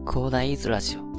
広大イズラジオ。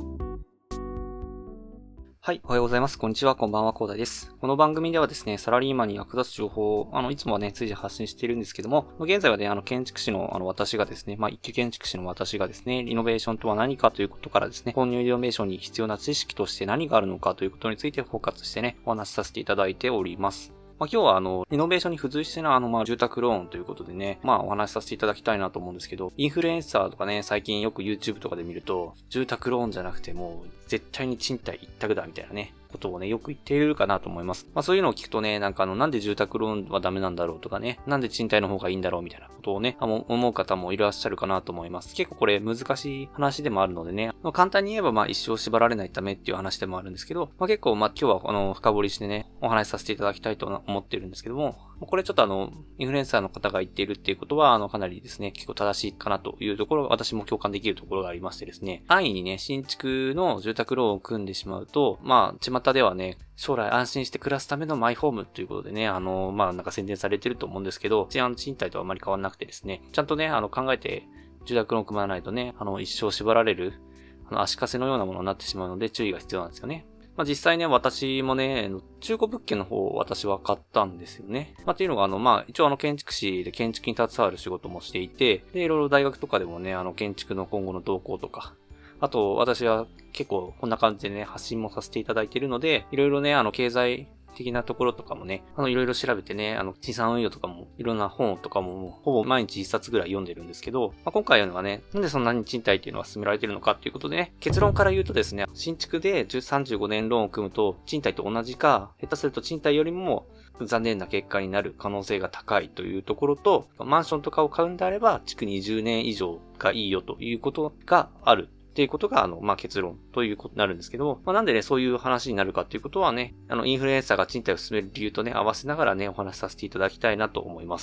はい、おはようございます。こんにちは、こんばんは、広大です。この番組ではですね、サラリーマンに役立つ情報を、いつもはね、随時発信しているんですけども、現在はね、建築士の私がですね、一級建築士の私がですね、リノベーションとは何かということからですね、購入リノベーションに必要な知識として何があるのかということについてフォーカスしてね、お話しさせていただいております。今日はリノベーションに付随しての住宅ローンということでね、お話しさせていただきたいなと思うんですけど、インフルエンサーとかね、最近よく YouTube とかで見ると、住宅ローンじゃなくてもう絶対に賃貸一択だみたいなね、ことをね、よく言っているかなと思います。そういうのを聞くとね、なんで住宅ローンはダメなんだろうとかね、なんで賃貸の方がいいんだろうみたいなことをね、思う方もいらっしゃるかなと思います。結構これ難しい話でもあるのでね、簡単に言えば一生縛られないためっていう話でもあるんですけど、結構今日は深掘りしてね、お話しさせていただきたいと思ってるんですけども、これちょっとインフルエンサーの方が言っているっていうことは、かなりですね、結構正しいかなというところ、私も共感できるところがありましてですね、安易にね、新築の住宅ローンを組んでしまうと、巷ではね、将来安心して暮らすためのマイホームということでね、宣伝されてると思うんですけど、賃貸とはあまり変わんなくてですね、ちゃんとね、考えて住宅ローン組まないとね、一生縛られる、足かせのようなものになってしまうので注意が必要なんですよね。実際ね、私もね、中古物件の方を私は買ったんですよね。っていうのが一応建築士で建築に携わる仕事もしていて、で、いろいろ大学とかでもね、建築の今後の動向とか、あと、私は結構こんな感じでね、発信もさせていただいているので、いろいろね、経済的なところとかもね、いろいろ調べてね、資産運用とかも、いろんな本とかも、ほぼ毎日一冊ぐらい読んでるんですけど、今回はね、なんでそんなに賃貸っていうのが進められているのかっていうことでね、結論から言うとですね、新築で35年ローンを組むと、賃貸と同じか、下手すると賃貸よりも残念な結果になる可能性が高いというところと、マンションとかを買うんであれば、築20年以上がいいよということがある。っていうことが、結論ということになるんですけども、なんでね、そういう話になるかっていうことはね、インフルエンサーが賃貸を進める理由とね、合わせながらね、お話しさせていただきたいなと思います。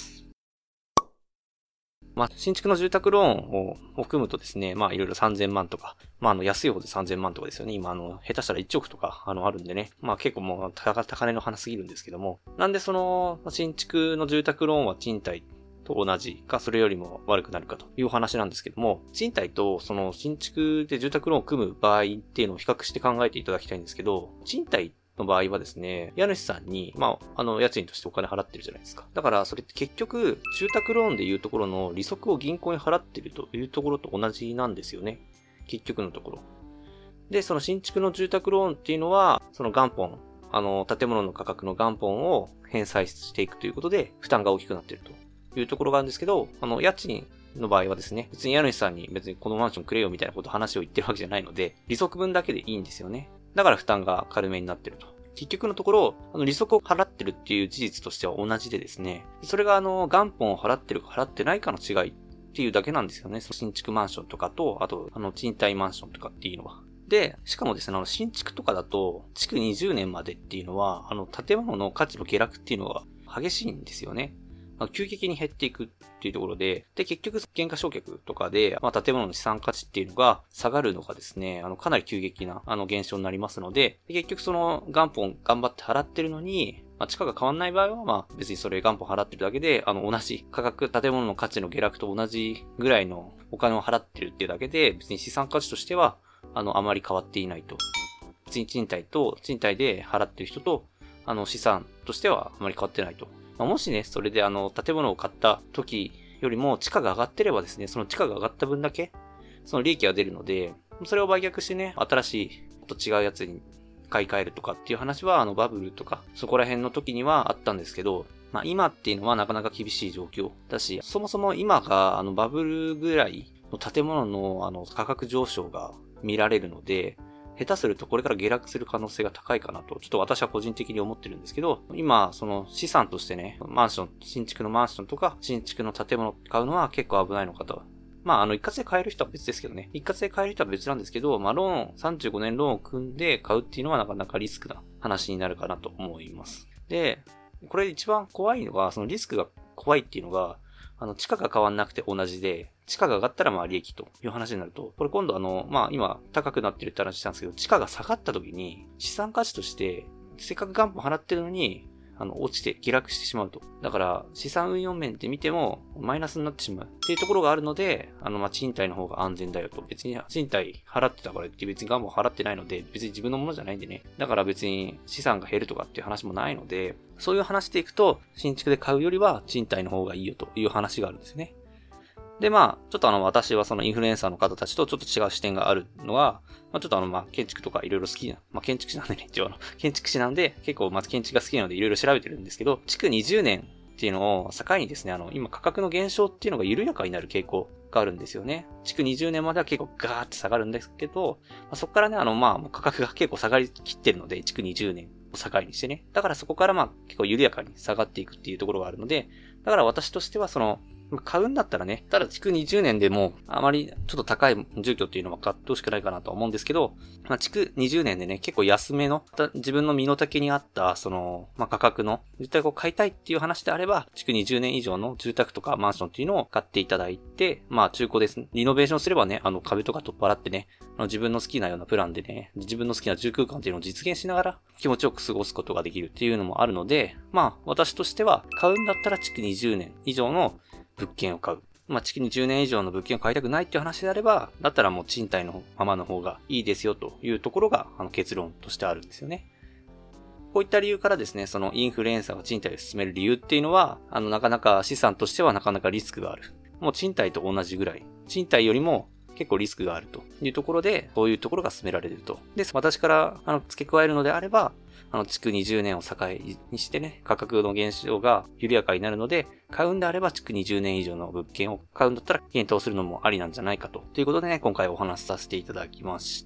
新築の住宅ローンを組むとですね、いろいろ3000万とか、安い方で3000万とかですよね。今、下手したら1億とか、あるんでね。結構もう高値の話すぎるんですけども。なんで新築の住宅ローンは賃貸と同じか、それよりも悪くなるかというお話なんですけども、賃貸と新築で住宅ローンを組む場合っていうのを比較して考えていただきたいんですけど、賃貸の場合はですね、家主さんに、家賃としてお金払ってるじゃないですか。だから、それって結局、住宅ローンでいうところの利息を銀行に払ってるというところと同じなんですよね。結局のところ。で、その新築の住宅ローンっていうのは、その元本、建物の価格の元本を返済していくということで、負担が大きくなっているというところがあるんですけど、家賃の場合はですね、別に家主さんに別にこのマンションくれよみたいな話を言ってるわけじゃないので、利息分だけでいいんですよね。だから負担が軽めになってると。結局のところ、利息を払ってるっていう事実としては同じでですね、それが元本を払ってるか払ってないかの違いっていうだけなんですよね。新築マンションとかと、あと、賃貸マンションとかっていうのは。で、しかもですね、新築とかだと、築20年までっていうのは、建物の価値の下落っていうのが激しいんですよね。急激に減っていくっていうところで、結局、減価償却とかで、建物の資産価値っていうのが下がるのがですね、かなり急激な、減少になりますので、結局元本頑張って払ってるのに、地価が変わんない場合は、別にそれ元本払ってるだけで、同じ価格、建物の価値の下落と同じぐらいのお金を払ってるっていうだけで、別に資産価値としては、あまり変わっていないと。別に賃貸で払ってる人と、資産としてはあまり変わってないと。もしね、それで建物を買った時よりも地価が上がってればですね、その地価が上がった分だけ、その利益が出るので、それを売却してね、新しい、と違うやつに買い替えるとかっていう話は、バブルとか、そこら辺の時にはあったんですけど、今っていうのはなかなか厳しい状況だし、そもそも今が、バブルぐらいの建物の、価格上昇が見られるので、下手するとこれから下落する可能性が高いかなと、ちょっと私は個人的に思ってるんですけど、今、資産としてね、新築のマンションとか、新築の建物を買うのは結構危ないのかと。一括で買える人は別ですけどね。一括で買える人は別なんですけど、ローン、35年ローンを組んで買うっていうのはなかなかリスクな話になるかなと思います。で、これ一番怖いのが、そのリスクが怖いっていうのが、地価が変わんなくて同じで、地価が上がったら利益という話になると、これ今度今高くなってるって話したんですけど、地価が下がった時に資産価値として、せっかく元本払ってるのに、 落ちて下落してしまうと。だから、資産運用面で見ても、マイナスになってしまうっていうところがあるので、賃貸の方が安全だよと。別に賃貸払ってたからって別にガンも払ってないので、別に自分のものじゃないんでね。だから別に資産が減るとかっていう話もないので、そういう話でいくと、新築で買うよりは賃貸の方がいいよという話があるんですね。で、ちょっと私はそのインフルエンサーの方たちとちょっと違う視点があるのは、ちょっと建築とかいろいろ好きな、建築士なんでね、一応建築士なんで、結構建築が好きなのでいろいろ調べてるんですけど、築20年っていうのを境にですね、今価格の減少っていうのが緩やかになる傾向があるんですよね。築20年までは結構ガーって下がるんですけど、そこからね、価格が結構下がりきってるので、築20年を境にしてね。だからそこから結構緩やかに下がっていくっていうところがあるので、だから私としては買うんだったらね、ただ築20年でもあまりちょっと高い住居っていうのは買ってほしくないかなと思うんですけど、築20年でね、結構安めの、自分の身の丈に合った、価格の、絶対買いたいっていう話であれば、築20年以上の住宅とかマンションっていうのを買っていただいて、中古です。リノベーションすればね、壁とか取っ払ってね、自分の好きなようなプランでね、自分の好きな住空間っていうのを実現しながら気持ちよく過ごすことができるっていうのもあるので、私としては、買うんだったら築20年以上の物件を買う。築20年以上の物件を買いたくないっていう話であれば、だったらもう賃貸のままの方がいいですよというところが、結論としてあるんですよね。こういった理由からですね、そのインフルエンサーが賃貸を進める理由っていうのは、なかなか資産としてはなかなかリスクがある。もう賃貸と同じぐらい。賃貸よりも結構リスクがあるというところで、こういうところが進められると。で、私から付け加えるのであれば、築20年を境にしてね、価格の減少が緩やかになるので、買うんであれば築20年以上の物件を買うんだったら検討するのもありなんじゃないかと。ということでね、今回お話しさせていただきました。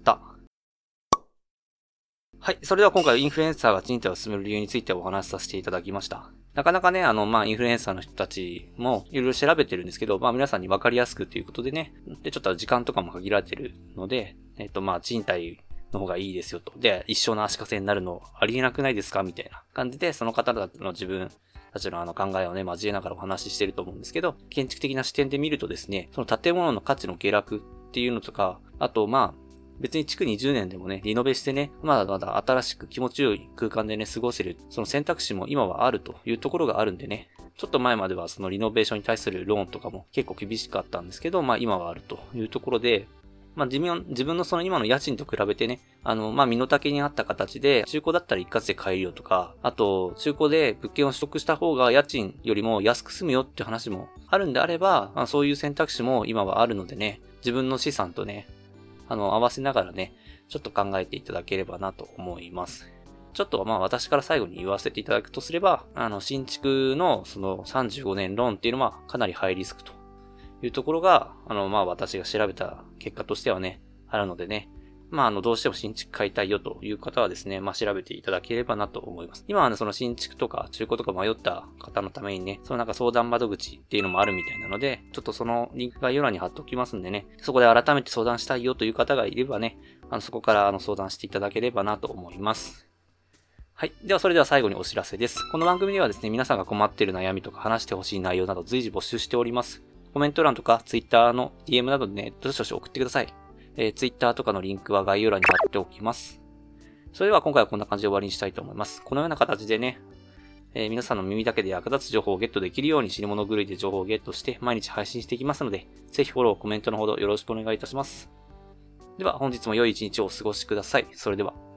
はい。それでは今回インフルエンサーが賃貸を進める理由についてお話しさせていただきました。なかなかね、インフルエンサーの人たちもいろいろ調べてるんですけど、皆さんに分かりやすくということでね、で、ちょっと時間とかも限られてるので、賃貸の方がいいですよと。で、一生の足かせになるのありえなくないですかみたいな感じで、その方の自分たちの考えをね、交えながらお話ししてると思うんですけど、建築的な視点で見るとですね、その建物の価値の下落っていうのとか、あと別に築20年でもね、リノベしてね、まだ新しく気持ちよい空間でね、過ごせる、その選択肢も今はあるというところがあるんでね、ちょっと前まではそのリノベーションに対するローンとかも結構厳しかったんですけど、今はあるというところで、自分のその今の家賃と比べてね、身の丈に合った形で、中古だったら一括で買えるよとか、あと、中古で物件を取得した方が家賃よりも安く済むよって話もあるんであれば、そういう選択肢も今はあるのでね、自分の資産とね、合わせながらね、ちょっと考えていただければなと思います。ちょっと私から最後に言わせていただくとすれば、新築のその35年ローンっていうのはかなりハイリスクというところが、私が調べた結果としてはね、あるのでね、どうしても新築買いたいよという方はですね、調べていただければなと思います。今はね、その新築とか中古とか迷った方のためにね、その相談窓口っていうのもあるみたいなので、ちょっとそのリンク概要欄に貼っておきますんでね、そこで改めて相談したいよという方がいればね、そこから相談していただければなと思います。はい。ではそれでは最後にお知らせです。この番組ではですね、皆さんが困っている悩みとか話してほしい内容など随時募集しております。コメント欄とか Twitter の DM などでね、どしどし送ってください。Twitter とかのリンクは概要欄に貼っておきます。それでは今回はこんな感じで終わりにしたいと思います。このような形でね、皆さんの耳だけで役立つ情報をゲットできるように死に物狂いで情報をゲットして毎日配信していきますので、ぜひフォロー、コメントのほどよろしくお願いいたします。では本日も良い一日をお過ごしください。それでは。